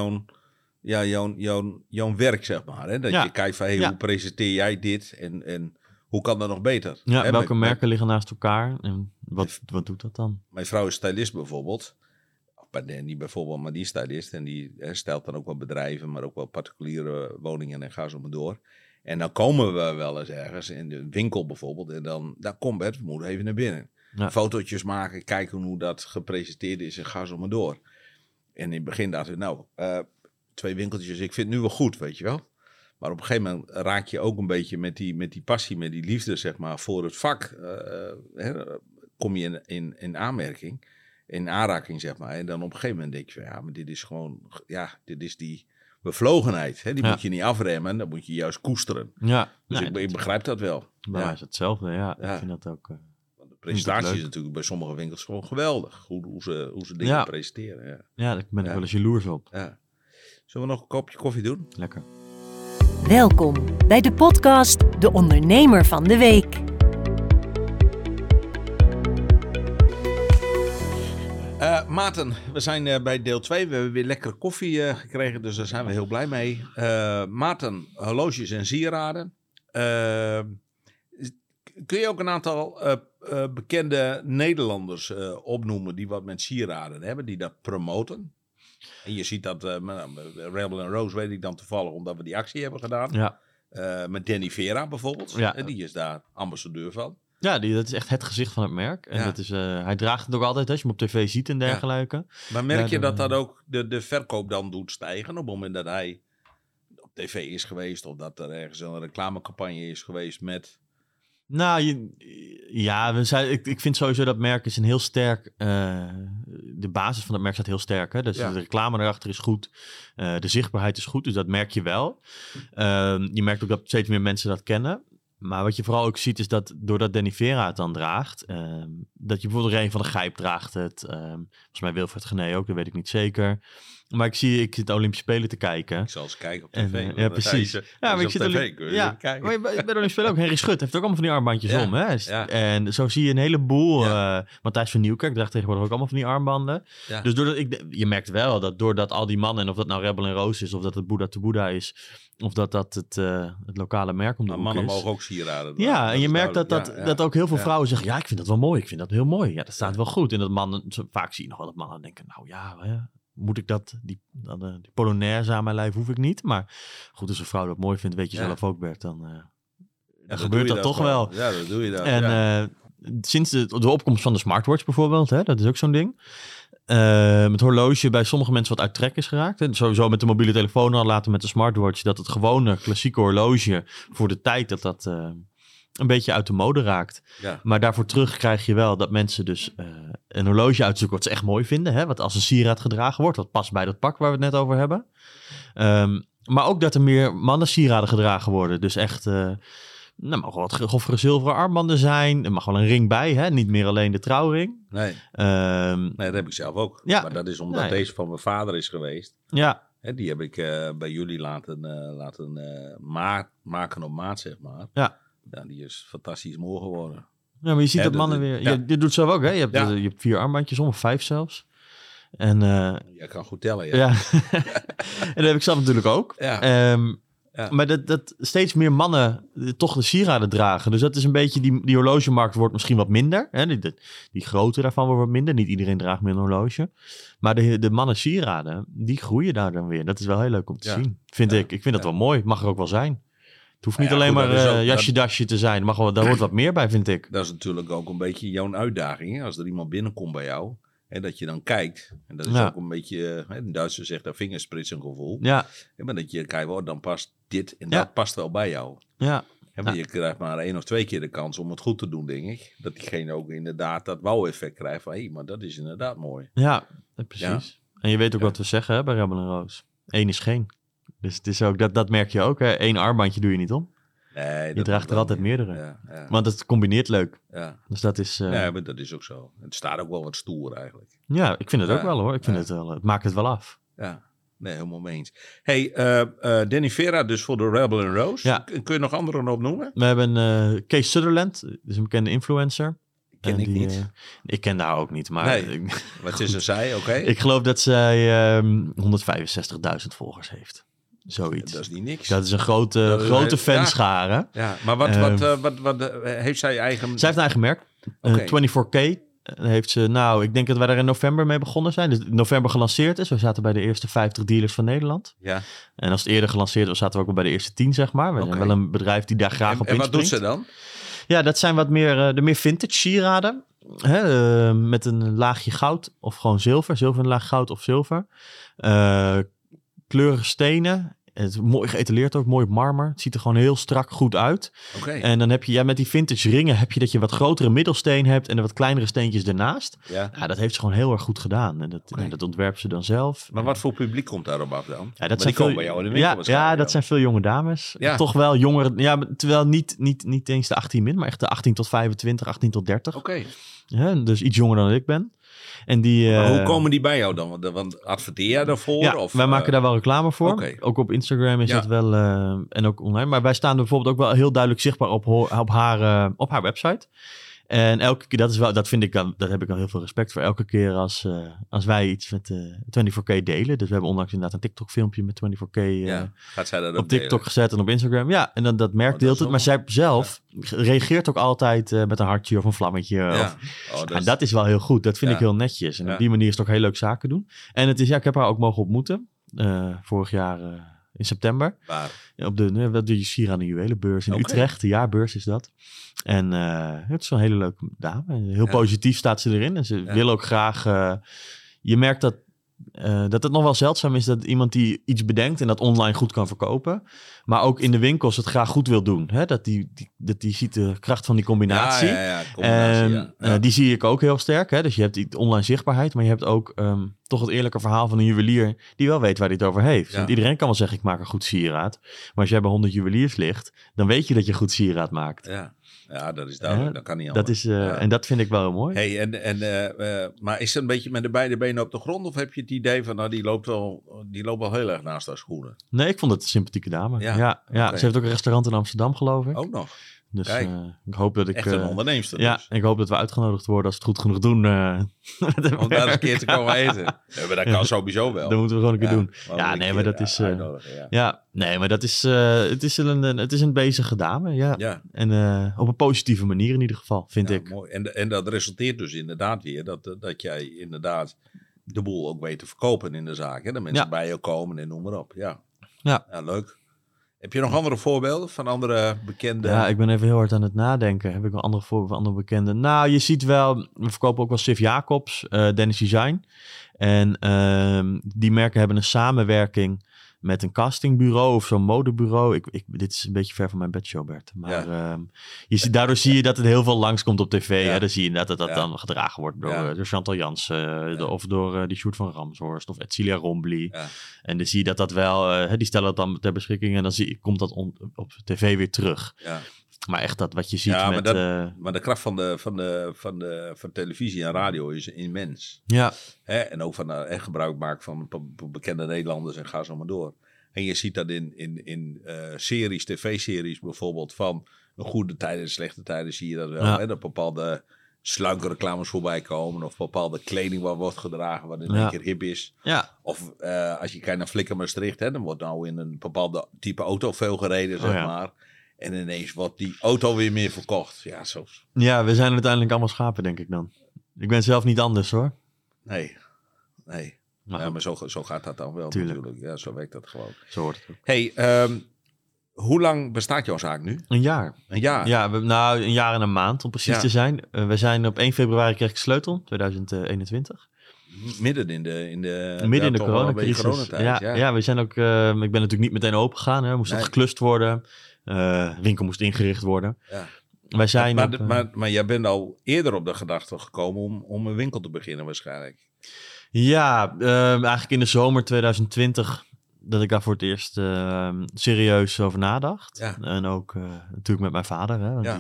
jouw werk, zeg maar. Hè? Dat je kijkt van, hoe presenteer jij dit en hoe kan dat nog beter? Ja, hè? Welke merken liggen naast elkaar en wat doet dat dan? Mijn vrouw is stylist bijvoorbeeld. Niet bijvoorbeeld, maar die is stylist. En die stelt dan ook wel bedrijven, maar ook wel particuliere woningen en ga zo maar door. En dan komen we wel eens ergens in de winkel bijvoorbeeld. En dan komt Bert, we moeten even naar binnen. Ja. Fotootjes maken, kijken hoe dat gepresenteerd is en ga zo maar door. En in het begin dacht ik, 2 winkeltjes, ik vind het nu wel goed, weet je wel. Maar op een gegeven moment raak je ook een beetje met die passie, met die liefde, zeg maar, voor het vak. Kom je in aanmerking, in aanraking, zeg maar. En dan op een gegeven moment denk je van, maar dit is gewoon, dit is die bevlogenheid. Hè? Die moet je niet afremmen, dat moet je juist koesteren. Ja. Dus ik begrijp dat wel. Bij mij is hetzelfde, ik vind dat ook... de presentatie is natuurlijk bij sommige winkels gewoon geweldig. Hoe ze dingen presenteren. Ja, daar ben ik wel eens jaloers op. Ja. Zullen we nog een kopje koffie doen? Lekker. Welkom bij de podcast De Ondernemer van de Week. Maarten, we zijn bij deel 2. We hebben weer lekkere koffie gekregen, dus daar zijn we heel blij mee. Maarten, horloges en sieraden. Kun je ook een aantal bekende Nederlanders opnoemen die wat met sieraden hebben, die dat promoten? En je ziet dat Rebel & Rose weet ik dan toevallig, omdat we die actie hebben gedaan. Ja. Met Danny Vera bijvoorbeeld. Ja. Die is daar ambassadeur van. Ja, dat is echt het gezicht van het merk. En dat is, hij draagt het ook altijd, als je hem op tv ziet en dergelijke. Ja. Maar merk je dat ook de verkoop dan doet stijgen op het moment dat hij op tv is geweest, of dat er ergens een reclamecampagne is geweest met... Nou, ik vind sowieso dat merk is een heel sterk... de basis van dat merk staat heel sterk. Hè? Dus de reclame erachter is goed. De zichtbaarheid is goed, dus dat merk je wel. Je merkt ook dat steeds meer mensen dat kennen. Maar wat je vooral ook ziet is dat doordat Danny Vera het dan draagt... dat je bijvoorbeeld Reen van der Gijp draagt het. Volgens mij Wilfred Genee ook, dat weet ik niet zeker... Maar ik zit de Olympische Spelen te kijken. Ik zal eens kijken op tv. Ja, precies. Maar ik zit maar bij de Olympische Spelen ook. Henry Schut heeft ook allemaal van die armbandjes om. Hè? Ja. En zo zie je een heleboel. Matthijs van Nieuwkerk draagt tegenwoordig ook allemaal van die armbanden. Ja. Dus je merkt wel dat doordat al die mannen... en of dat nou Rebel & Rose is, of dat het Buddha to Buddha is... of dat het lokale merk om de hoek is. Mannen mogen ook sieraden. Ja, en je merkt dat ook heel veel vrouwen zeggen... ja, ik vind dat wel mooi. Ik vind dat heel mooi. Ja, dat staat wel goed. En dat mannen... Vaak zie je nog wel dat mannen denken... moet ik die Polonaise aan mijn lijf hoef ik niet. Maar goed, als een vrouw dat mooi vindt, weet je zelf ook, Bert. Dan gebeurt dat toch wel. Ja, dat doe je dan. En sinds de opkomst van de smartwatch bijvoorbeeld, dat is ook zo'n ding. Met horloge bij sommige mensen wat uit trek is geraakt. En sowieso met de mobiele telefoon al, later met de smartwatch. Dat het gewone klassieke horloge voor de tijd dat een beetje uit de mode raakt. Ja. Maar daarvoor terug krijg je wel dat mensen dus een horloge uitzoeken wat ze echt mooi vinden. Hè? Wat als een sieraad gedragen wordt. Wat past bij dat pak waar we het net over hebben. Maar ook dat er meer mannen sieraden gedragen worden. Dus echt, mogen wat groffere zilveren armbanden zijn. Er mag wel een ring bij, hè? Niet meer alleen de trouwring. Nee, dat heb ik zelf ook. Ja. Maar dat is omdat deze van mijn vader is geweest. Ja. Hè, die heb ik bij jullie laten maken op maat, zeg maar. Ja. Ja, die is fantastisch mooi geworden. Ja, maar je ziet Ja, dat mannen weer... ja. Je doet zelf ook, hè? Je Ja. hebt 4 armbandjes om, of 5 zelfs. En Jij kan goed tellen, ja. ja. En dat heb ik zelf natuurlijk ook. Ja. Ja. Maar dat steeds meer mannen toch de sieraden dragen. Dus dat is een beetje... Die horlogemarkt wordt misschien wat minder. Hè? Die grootte daarvan wordt wat minder. Niet iedereen draagt meer een horloge. Maar de mannen sieraden, die groeien daar dan weer. Dat is wel heel leuk om te zien, vind ik. Ik vind dat wel mooi. Mag er ook wel zijn. Het hoeft niet alleen goed, maar dat is ook- jasje-dasje te zijn. Daar hoort wat meer bij, vind ik. Dat is natuurlijk ook een beetje jouw uitdaging. Hè? Als er iemand binnenkomt bij jou, en dat je dan kijkt. En dat is Ja. ook een beetje, een Duitser zegt dat vingerspritsengevoel. Ja, Ja, maar dat je kijkt, oh, dan past dit en Ja. dat past wel bij jou. ja. Ja, maar je krijgt maar 1 of 2 keer de kans om het goed te doen, denk ik. Dat diegene ook inderdaad dat wow-effect krijgt van, hé, maar dat is inderdaad mooi. Ja, precies. En je weet ook wat we zeggen, hè, bij Rebel en Roos. 1 is geen. Dus het is ook, dat merk je ook. Hè. 1 armbandje doe je niet om. Nee, Je draagt er altijd meerdere. Ja. Want het combineert leuk. Ja. Dus dat is... Nee, maar dat is ook zo. Het staat ook wel wat stoer eigenlijk. Ja, ik vind het ook Ja. wel hoor. Ik vind Ja. het wel. Het maakt het wel af. Ja, nee, helemaal mee eens. Hey, Danny Vera dus voor de Rebel and Rose. Ja. Kun je nog anderen opnoemen? We hebben Kees Sutherland. Dat is een bekende influencer. Ken En ik niet. Ik ken haar ook niet. Maar Nee. Wat is er zij? Oké. ik geloof dat zij 165.000 volgers heeft. Zoiets. Dat is niet niks. Dat is een grote Dat is- fanschare. Ja, maar wat heeft zij eigen... Zij heeft een eigen merk. Oké. 24K. Heeft ze, ik denk dat wij daar in november mee begonnen zijn. Dus in november gelanceerd is. We zaten bij de eerste 50 dealers van Nederland. Ja. En als het eerder gelanceerd was, zaten we ook al bij de eerste 10, zeg maar. We Oké. zijn wel een bedrijf die daar graag op En wat doet inspringt. ze dan? Ja, dat zijn wat meer de meer vintage sieraden. Hè, met een laagje goud of gewoon zilver. Zilver een laag goud of zilver. Kleurige stenen. Het is mooi geëtaleerd ook, mooi op marmer. Het ziet er gewoon heel strak goed uit. Oké. En dan heb je met die vintage ringen heb je dat je wat grotere middelsteen hebt en de wat kleinere steentjes ernaast. Ja. Ja, dat heeft ze gewoon heel erg goed gedaan. En Oké. dat ontwerpt ze dan zelf. Maar wat voor publiek komt daarop af dan? Ja, Maar die komen bij jou in de winkel waarschijnlijk. dat zijn veel jonge dames. Ja. Toch wel jongeren. Ja, terwijl niet eens de 18 min, maar echt de 18 tot 25, 18 tot 30. Oké. Ja, dus iets jonger dan ik ben. En die, Maar hoe komen die bij jou dan? Want adverteer jij daarvoor? Ja, of, wij maken daar wel reclame voor. Oké. Ook op Instagram is Ja. dat wel en ook online. Maar wij staan er bijvoorbeeld ook wel heel duidelijk zichtbaar op haar website. En elke keer, dat vind ik, daar heb ik al heel veel respect voor. Elke keer als wij iets met 24K delen. Dus we hebben onlangs inderdaad een TikTok filmpje met 24K gaat zij dat op ook TikTok delen? gezet en op Instagram. Ja, en dan dat merk dat deelt is het. Maar zij zelf reageert ook altijd met een hartje of een vlammetje. Ja. En dat is wel heel goed. Dat vind Ja. ik heel netjes. En Ja. op die manier is het ook heel leuk zaken doen. En het is, ik heb haar ook mogen ontmoeten. Vorig jaar in september. Waar? Op de Sieraden Juwelenbeurs in Oké. Utrecht. De jaarbeurs is dat. En het is wel een hele leuke dame. Heel Ja. positief staat ze erin. En ze Ja. wil ook graag... je merkt dat het nog wel zeldzaam is dat iemand die iets bedenkt en dat online goed kan verkopen. Maar ook in de winkels het graag goed wil doen. Hè? Dat die ziet de kracht van die combinatie. Ja, combinatie, ja. Die zie ik ook heel sterk. Hè? Dus je hebt die online zichtbaarheid, maar je hebt ook toch het eerlijke verhaal van een juwelier die wel weet waar hij het over heeft. Ja. Want iedereen kan wel zeggen, ik maak een goed sieraad. Maar als jij bij 100 juweliers ligt, dan weet je dat je goed sieraad maakt. Ja, dat is duidelijk. Ja, Dat kan niet Dat anders. is, En dat vind ik wel heel mooi. Hey, maar is het een beetje met de beide benen op de grond? Of heb je het idee van, die loopt wel heel erg naast haar schoenen? Nee, ik vond het een sympathieke dame. Ja, Ja, oké. Ze heeft ook een restaurant in Amsterdam, geloof ik. Ook nog. Dus Kijk. ik hoop dat ik... Echt een onderneemster Ja, dus. ik hoop dat we uitgenodigd worden als we het goed genoeg doen. Om daar eens een keer te komen eten. Ja, maar dat kan sowieso wel. Dat moeten we gewoon een keer doen. wel Ja, een nee, keer, maar dat is... uitnodigen, ja. Ja, nee, maar dat is... het is een bezige dame, ja. Ja. En op een positieve manier in ieder geval, vind Ja, ik. mooi. En dat resulteert dus inderdaad weer dat jij inderdaad de boel ook weet te verkopen in de zaak. Hè? Dat mensen Ja. bij je komen en noem maar op. Ja, Ja. leuk. Heb je nog andere voorbeelden van andere bekende... Ja, ik ben even heel hard aan het nadenken. Heb ik wel andere voorbeelden van andere bekenden? Nou, je ziet wel... We verkopen ook wel Sif Jacobs, Dennis Design. En die merken hebben een samenwerking met een castingbureau of zo'n modebureau. Dit is een beetje ver van mijn bedshow, Bert. Maar daardoor zie je dat het heel veel langskomt op tv. Ja. Hè? Dan zie je dat Ja. dan gedragen wordt door Chantal Jansen. Of door die Sjoerd van Ramshorst of Edcilia Rombly. Ja. En dan zie je dat wel... die stellen het dan ter beschikking en dan komt dat op tv weer terug. Ja. Maar echt dat wat je ziet Ja, met... maar de kracht van televisie en radio is immens. ja, Hè? En ook van gebruik maken van bekende Nederlanders en ga zo maar door. En je ziet dat in series, tv-series bijvoorbeeld, van een goede tijden en slechte tijden zie je dat wel. Ja. Hè? Dat bepaalde slunkenreclames voorbij komen of bepaalde kleding wat wordt gedragen wat in één keer hip is. ja, Of als je kijkt naar Flikker Maastricht, hè, dan wordt nou in een bepaalde type auto veel gereden, zeg maar. En ineens wordt die auto weer meer verkocht. Ja, zo. ja, we zijn uiteindelijk allemaal schapen, denk ik dan. Ik ben zelf niet anders, hoor. Nee. Maar zo gaat dat dan wel natuurlijk. Ja, zo werkt dat gewoon. Zo hoort het ook. Hey, hoe lang bestaat jouw zaak nu? Een jaar. Een jaar? Ja, een jaar en een maand om precies te zijn. We zijn op 1 februari kreeg ik sleutel, 2021. Midden in de coronacrisis. Ja, we zijn ook... ik ben natuurlijk niet meteen open gegaan. Moest nog geklust worden. De winkel moest ingericht worden. Ja. Wij zijn maar jij bent al eerder op de gedachte gekomen om een winkel te beginnen waarschijnlijk. Ja, eigenlijk in de zomer 2020 dat ik daar voor het eerst serieus over nadacht. Ja. En ook natuurlijk met mijn vader, hè, want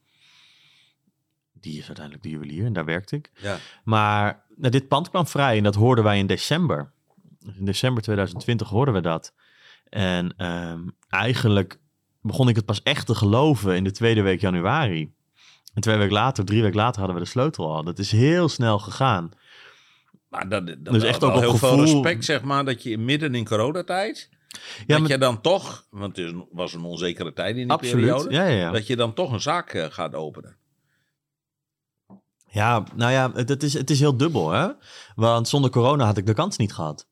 die is uiteindelijk de juwelier en daar werkte ik. Ja. Maar dit pand kwam vrij en dat hoorden wij in december. In december 2020 hoorden we dat. En eigenlijk begon ik het pas echt te geloven in de tweede week januari. En 3 weken later hadden we de sleutel al. Dat is heel snel gegaan. Maar dat dus echt ook op heel gevoel... veel respect, zeg maar, dat je midden in coronatijd... Ja, dat je dan toch, want het was een onzekere tijd in die periode... dat je dan toch een zaak gaat openen. Ja, nou ja, het is heel dubbel, hè? Want zonder corona had ik de kans niet gehad.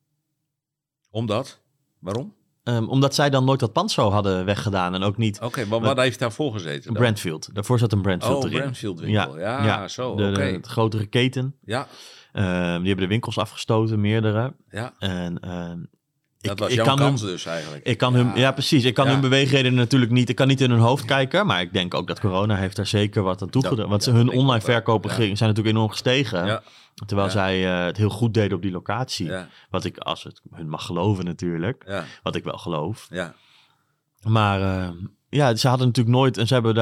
Omdat? Waarom? Omdat zij dan nooit dat pand zo hadden weggedaan en ook niet... Oké, maar wat heeft daarvoor gezeten dan? Brandfield. Daarvoor zat een Brandfield erin. Brandfield winkel. Ja, zo, oké. De grotere keten. Ja. Die hebben de winkels afgestoten, meerdere. Ja. En dat was jouw kans dus eigenlijk. Ik kan precies. Ik kan hun beweegredenen natuurlijk niet... Ik kan niet in hun hoofd kijken, maar ik denk ook dat corona heeft daar zeker wat aan toegedaan. Want hun online verkopen zijn natuurlijk enorm gestegen. Ja. Terwijl zij het heel goed deden op die locatie. Ja. Wat ik, als het hun mag geloven natuurlijk. Wat ik wel geloof. Ja. Maar ze hadden natuurlijk nooit... En ze hebben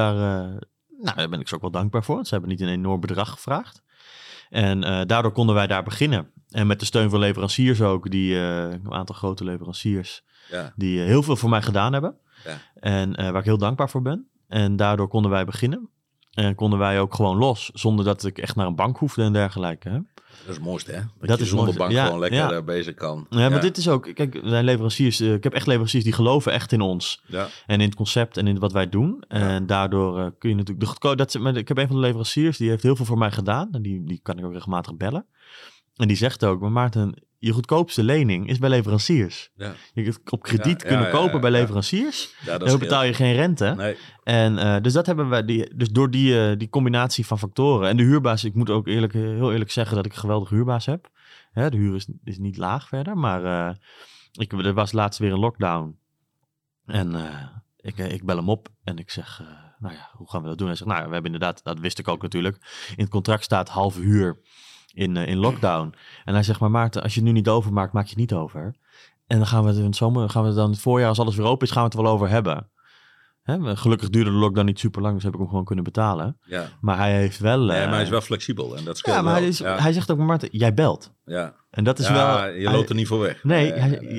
daar ben ik ze ook wel dankbaar voor. Want ze hebben niet een enorm bedrag gevraagd. En daardoor konden wij daar beginnen. En met de steun van leveranciers ook. Een aantal grote leveranciers. Ja. Die heel veel voor mij gedaan hebben. Ja. En waar ik heel dankbaar voor ben. En daardoor konden wij beginnen. En konden wij ook gewoon los. Zonder dat ik echt naar een bank hoefde en dergelijke. Hè? Dat is het mooiste, hè? Dat je zonder bank gewoon lekker bezig kan. Ja, maar dit is ook... Kijk, er zijn leveranciers... ik heb echt leveranciers die geloven echt in ons. Ja. En in het concept en in wat wij doen. En daardoor kun je natuurlijk... Ik heb een van de leveranciers, die heeft heel veel voor mij gedaan. En die kan ik ook regelmatig bellen. En die zegt ook, maar Maarten, je goedkoopste lening is bij leveranciers. Ja. Je kunt op krediet kunnen kopen bij leveranciers. Ja, dan betaal je geen rente. Nee. En dus dat hebben wij, dus door die combinatie van factoren. En de huurbaas, ik moet ook heel eerlijk zeggen dat ik een geweldige huurbaas heb. De huur is niet laag verder, maar er was laatst weer een lockdown. En ik bel hem op en ik zeg, hoe gaan we dat doen? Hij zegt, we hebben inderdaad, dat wist ik ook natuurlijk, in het contract staat halve huur. In lockdown. En hij zegt, maar Maarten, als je het nu niet overmaakt, maak je het niet over. En dan gaan we het in het zomer, het voorjaar, als alles weer open is, gaan we het er wel over hebben. Gelukkig duurde de lockdown niet super lang, dus heb ik hem gewoon kunnen betalen. Ja. Maar hij heeft wel... maar hij is wel flexibel en dat scheelt ja, maar hij zegt ook, maar Maarten, jij belt. Ja. En dat is wel... je loopt er niet voor weg. Nee,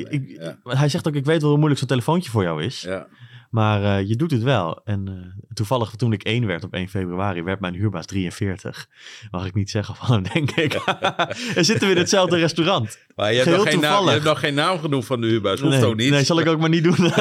hij zegt ook, ik weet wel hoe moeilijk zo'n telefoontje voor jou is. Ja. Maar je doet het wel. En toevallig toen ik 1 werd op 1 februari, werd mijn huurbaas 43. Mag ik niet zeggen van hem, denk ik. En zitten we in hetzelfde restaurant. Maar je hebt nog geen naam genoemd van de huurbaas. Hoeft ook niet. Nee, zal ik ook maar niet doen.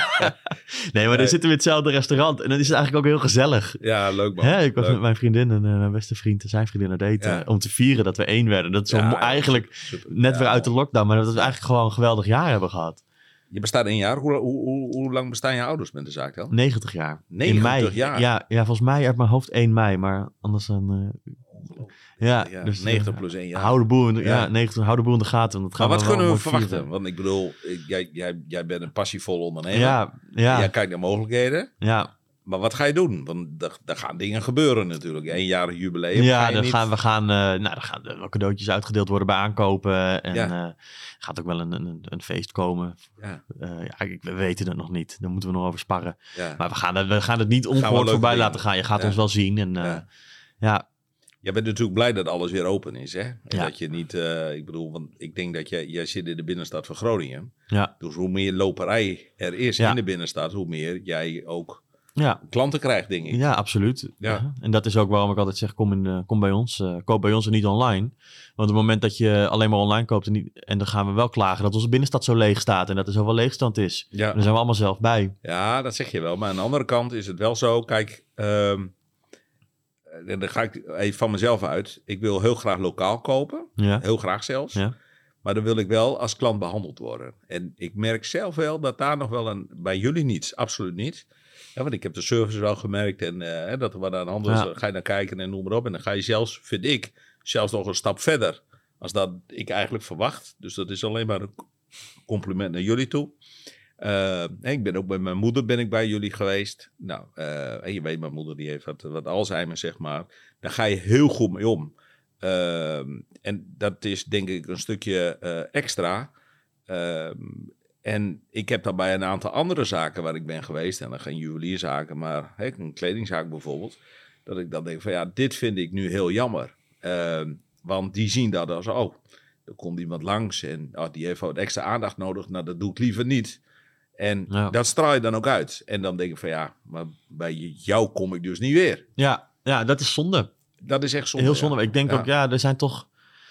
Nee, maar dan zitten we in hetzelfde restaurant. En dan is het eigenlijk ook heel gezellig. Ja, leuk man. Ik was met mijn vriendin en mijn beste vriend en zijn vriendin aan het eten. Om te vieren dat we 1 werden. Dat is eigenlijk net weer uit de lockdown. Maar dat we eigenlijk gewoon een geweldig jaar hebben gehad. Je bestaat 1 jaar. Hoe lang bestaan je ouders met de zaak dan? 90 jaar. 90 in mei. Jaar? Ja, volgens mij uit mijn hoofd 1 mei. Maar anders dan... dus 90 plus 1 jaar. Hou de boel in de gaten. Want maar wat kunnen we verwachten? Want ik bedoel, jij bent een passievolle ondernemer. Ja. Jij kijkt naar mogelijkheden. Ja. Maar wat ga je doen? Want er gaan dingen gebeuren natuurlijk. 1-jarig jubileum. Ja, we gaan er wel cadeautjes uitgedeeld worden bij aankopen. En gaat ook wel een feest komen. Ja. We weten het nog niet. Daar moeten we nog over sparren. Ja. Maar we gaan het niet ongehoord voorbij laten gaan. Je gaat ons wel zien. En Jij bent natuurlijk blij dat alles weer open is, hè? En dat je niet... ik bedoel, want ik denk dat jij zit in de binnenstad van Groningen. Ja. Dus hoe meer loperij er is in de binnenstad, hoe meer jij ook klanten krijgt, denk ik. Ja, absoluut. Ja. En dat is ook waarom ik altijd zeg, kom bij ons. Koop bij ons en niet online. Want op het moment dat je alleen maar online koopt en dan gaan we wel klagen dat onze binnenstad zo leeg staat en dat er zoveel leegstand is. Ja. Daar zijn we allemaal zelf bij. Ja, dat zeg je wel. Maar aan de andere kant is het wel zo, kijk... dan ga ik even van mezelf uit. Ik wil heel graag lokaal kopen. Ja. Heel graag zelfs. Ja. Maar dan wil ik wel als klant behandeld worden. En ik merk zelf wel dat daar nog wel bij jullie niets. Absoluut niet. Ja, want ik heb de service wel gemerkt. En dat er wat aan de hand is. Ga je naar kijken en noem maar op. En dan ga je zelfs, vind ik, nog een stap verder. Als dat ik eigenlijk verwacht. Dus dat is alleen maar een compliment naar jullie toe. Ik ben ook met mijn moeder bij jullie geweest. Nou, je weet, mijn moeder die heeft wat Alzheimer, zeg maar. Daar ga je heel goed mee om. En dat is denk ik een stukje extra. En ik heb dan bij een aantal andere zaken waar ik ben geweest. En dan geen juwelierzaken, maar een kledingzaak bijvoorbeeld. Dat ik dan denk van ja, dit vind ik nu heel jammer. Want die zien dat als, er komt iemand langs en die heeft wat extra aandacht nodig. Nou, dat doe ik liever niet. En dat straal je dan ook uit. En dan denk ik van ja, maar bij jou kom ik dus niet weer. Ja, dat is zonde. Dat is echt zonde. Heel zonde. Ik denk ook, er zijn toch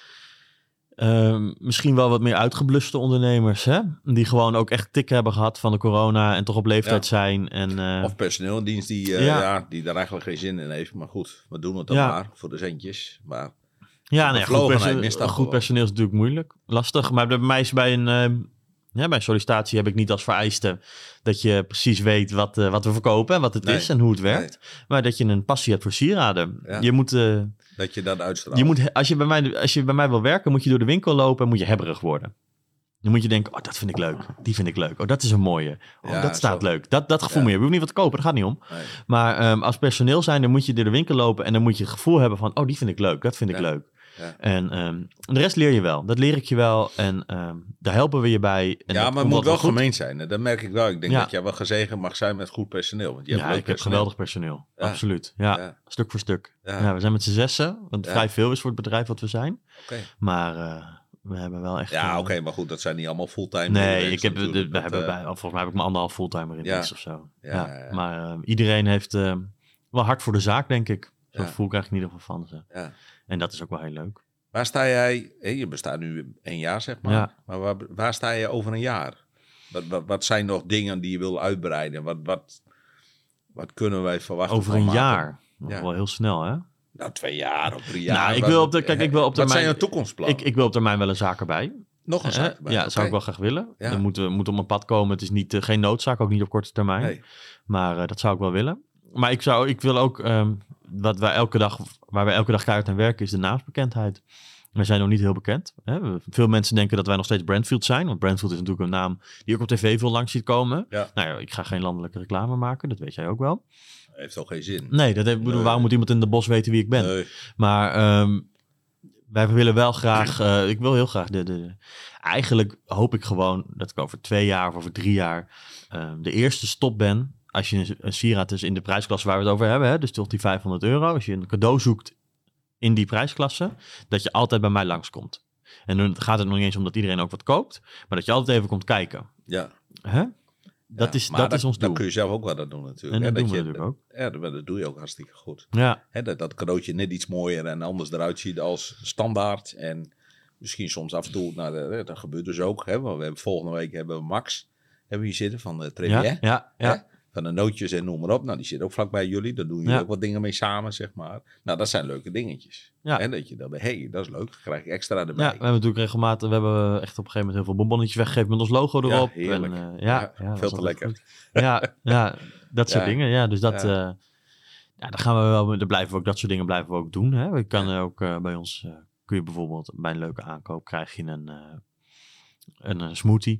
misschien wel wat meer uitgebluste ondernemers, hè? Die gewoon ook echt tik hebben gehad van de corona en toch op leeftijd zijn. En, of personeel in dienst die daar eigenlijk geen zin in heeft. Maar goed, we doen het dan maar voor de centjes. Maar goed personeel is natuurlijk moeilijk. Lastig. Maar bij mij is bij een sollicitatie heb ik niet als vereiste dat je precies weet wat we verkopen en wat het is en hoe het werkt. Nee. Maar dat je een passie hebt voor sieraden. Ja. Je moet... dat je dat uitstraalt. Als je bij mij wil werken, moet je door de winkel lopen en moet je hebberig worden. Dan moet je denken, dat vind ik leuk. Die vind ik leuk. Dat is een mooie. Dat staat leuk. Dat gevoel meer. Je hoeft niet wat te kopen, dat gaat niet om. Nee. Maar als personeel zijn, dan moet je door de winkel lopen en dan moet je het gevoel hebben van, die vind ik leuk. Dat vind ik leuk. Ja. En de rest leer je wel. Dat leer ik je wel. En daar helpen we je bij. En maar het moet wel gemeen zijn. Dat merk ik wel. Ik denk dat jij wel gezegend mag zijn met goed personeel. Want je hebt ik heb geweldig personeel. Ja. Absoluut. Ja. Stuk voor stuk. Ja. We zijn met z'n 6, wat vrij veel is voor het bedrijf wat we zijn. Okay. Maar we hebben wel echt... maar goed, dat zijn niet allemaal fulltime. Nee, volgens mij heb ik maar 1,5 fulltimer in dienst of zo. Ja. Maar iedereen heeft wel hard voor de zaak, denk ik. Zo voel ik eigenlijk in ieder geval van ze. Ja. En dat is ook wel heel leuk. Waar sta jij? Je bestaat nu 1 jaar, zeg maar. Ja. Maar waar sta je over een jaar? Wat zijn nog dingen die je wil uitbreiden? Wat kunnen wij verwachten? Over een jaar? Nog wel heel snel, hè? Nou, 2 jaar of 3 jaar. Nou, ik wil op termijn... Wat zijn je toekomstplannen? Ik wil op termijn wel een zaak erbij. Nog een zaak erbij? Ja, dat zou ik wel graag willen. Ja. Dan moet op een pad komen. Het is niet, geen noodzaak, ook niet op korte termijn. Nee. Maar dat zou ik wel willen. Maar ik wil ook... waar wij elke dag keihard aan werken, is de naamsbekendheid. We zijn nog niet heel bekend. Hè? Veel mensen denken dat wij nog steeds Brandfield zijn. Want Brandfield is natuurlijk een naam die ook op tv veel langs ziet komen. Ja. Nou ja, ik ga geen landelijke reclame maken. Dat weet jij ook wel. Heeft ook geen zin. Nee, waarom moet iemand in de bos weten wie ik ben? Nee. Maar wij willen wel graag... ik wil heel graag eigenlijk hoop ik gewoon dat ik over 2 jaar of over 3 jaar de eerste stop ben. Als je een sieraad is in de prijsklasse waar we het over hebben, hè, dus tot die €500. Als je een cadeau zoekt in die prijsklasse, dat je altijd bij mij langskomt. En dan gaat het nog niet eens om dat iedereen ook wat koopt, maar dat je altijd even komt kijken. Ja. Hè? Dat is ons doel. Dan kun je zelf ook wat doen natuurlijk. En dat doen we natuurlijk ook. Ja, dat doe je ook hartstikke goed. Ja. Hè, dat cadeautje net iets mooier en anders eruit ziet als standaard. En misschien soms af en toe, dat gebeurt dus ook. Hè, want volgende week hebben we Max hier zitten van Trevier. Ja. Van de nootjes en noem maar op. Nou, die zit ook vlakbij jullie. Daar doen jullie ook wat dingen mee samen, zeg maar. Nou, dat zijn leuke dingetjes. Ja. En dat je dan dat is leuk. Dan krijg je extra erbij. Ja, we hebben natuurlijk regelmatig... We hebben echt op een gegeven moment heel veel bonbonnetjes weggegeven met ons logo erop. Ja, heerlijk. En, veel te lekker. Ja, dat soort dingen. Ja, dus dat... daar gaan we wel... Dat soort dingen blijven we ook doen. Hè? We kan ook bij ons... kun je bijvoorbeeld bij een leuke aankoop... krijg je een smoothie.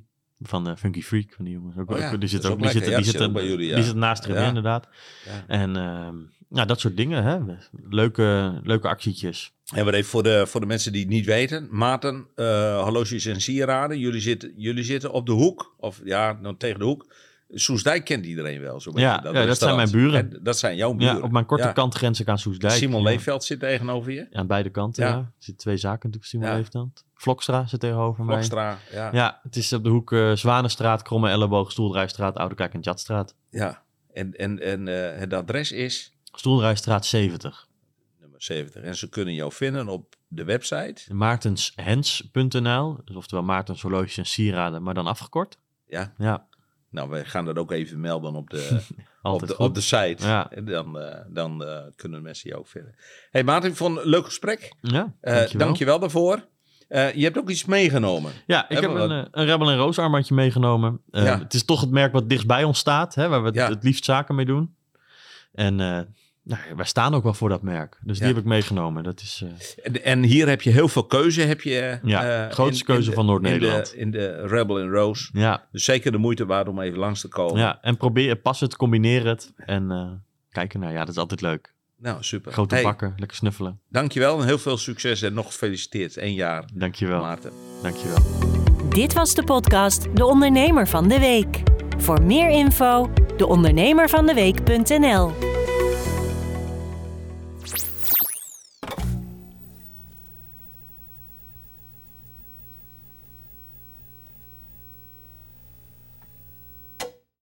van Funky Freak, van die jongens. Ook, Oh ja, die zit dat is ook, ook lekker. Ja, die zit zitten ook bij jullie, ja. die zit naast René, Ja. inderdaad. Ja. En dat soort dingen, hè. Leuke actietjes. En wat even voor de mensen die het niet weten. Maarten, horloges en sieraden. Jullie zitten op de hoek. Of ja, dan tegen de hoek. Soestdijk kent iedereen wel. Zo Ja, dat zijn mijn buren. En dat zijn jouw buren. Ja, op mijn korte kant grens ik aan Soestdijk. Simon ja. Leefveld zit tegenover je. Ja, aan beide kanten, Ja. ja. Er zitten 2 zaken natuurlijk, Simon Ja. Leefveld. Vlokstra zit tegenover mij. Blokstra, ja. Ja, het is op de hoek Zwanenstraat, Kromme Elleboog, Stoelrijstraat, Oude Kerk en Jatstraat. Ja. En het adres is Stoelrijstraat 70. nummer 70. En ze kunnen jou vinden op de website. Maartenshens.nl, dus oftewel Maartens Horloges en Sieraden, maar dan afgekort. Ja. Ja, Nou, we gaan dat ook even melden op de, altijd op goed. de site. Ja. En dan kunnen mensen jou ook vinden. Hey Maarten, ik vond het een leuk gesprek. Ja, Dank je wel daarvoor. Je hebt ook iets meegenomen. Ja, ik heb Hebben een Rebel & Roos armbandje meegenomen. Ja. Het is toch het merk wat dichtst bij ons staat, hè, waar we Ja. het liefst zaken mee doen. En wij staan ook wel voor dat merk. Dus die Ja. heb ik meegenomen. Dat is En hier heb je heel veel keuze. Heb je, grootste keuze van Noord-Nederland. In de Rebel & Rose. ja, Dus zeker de moeite waard om even langs te komen. ja, en pas het, combineer het. En kijken naar, dat is altijd leuk. Nou, super. Grote Hey, bakken, lekker snuffelen. dankjewel en heel veel succes en nog gefeliciteerd. 1 jaar, Dankjewel. Maarten. Dankjewel. Dit was de podcast De Ondernemer van de Week. Voor meer info, deondernemervandeweek.nl.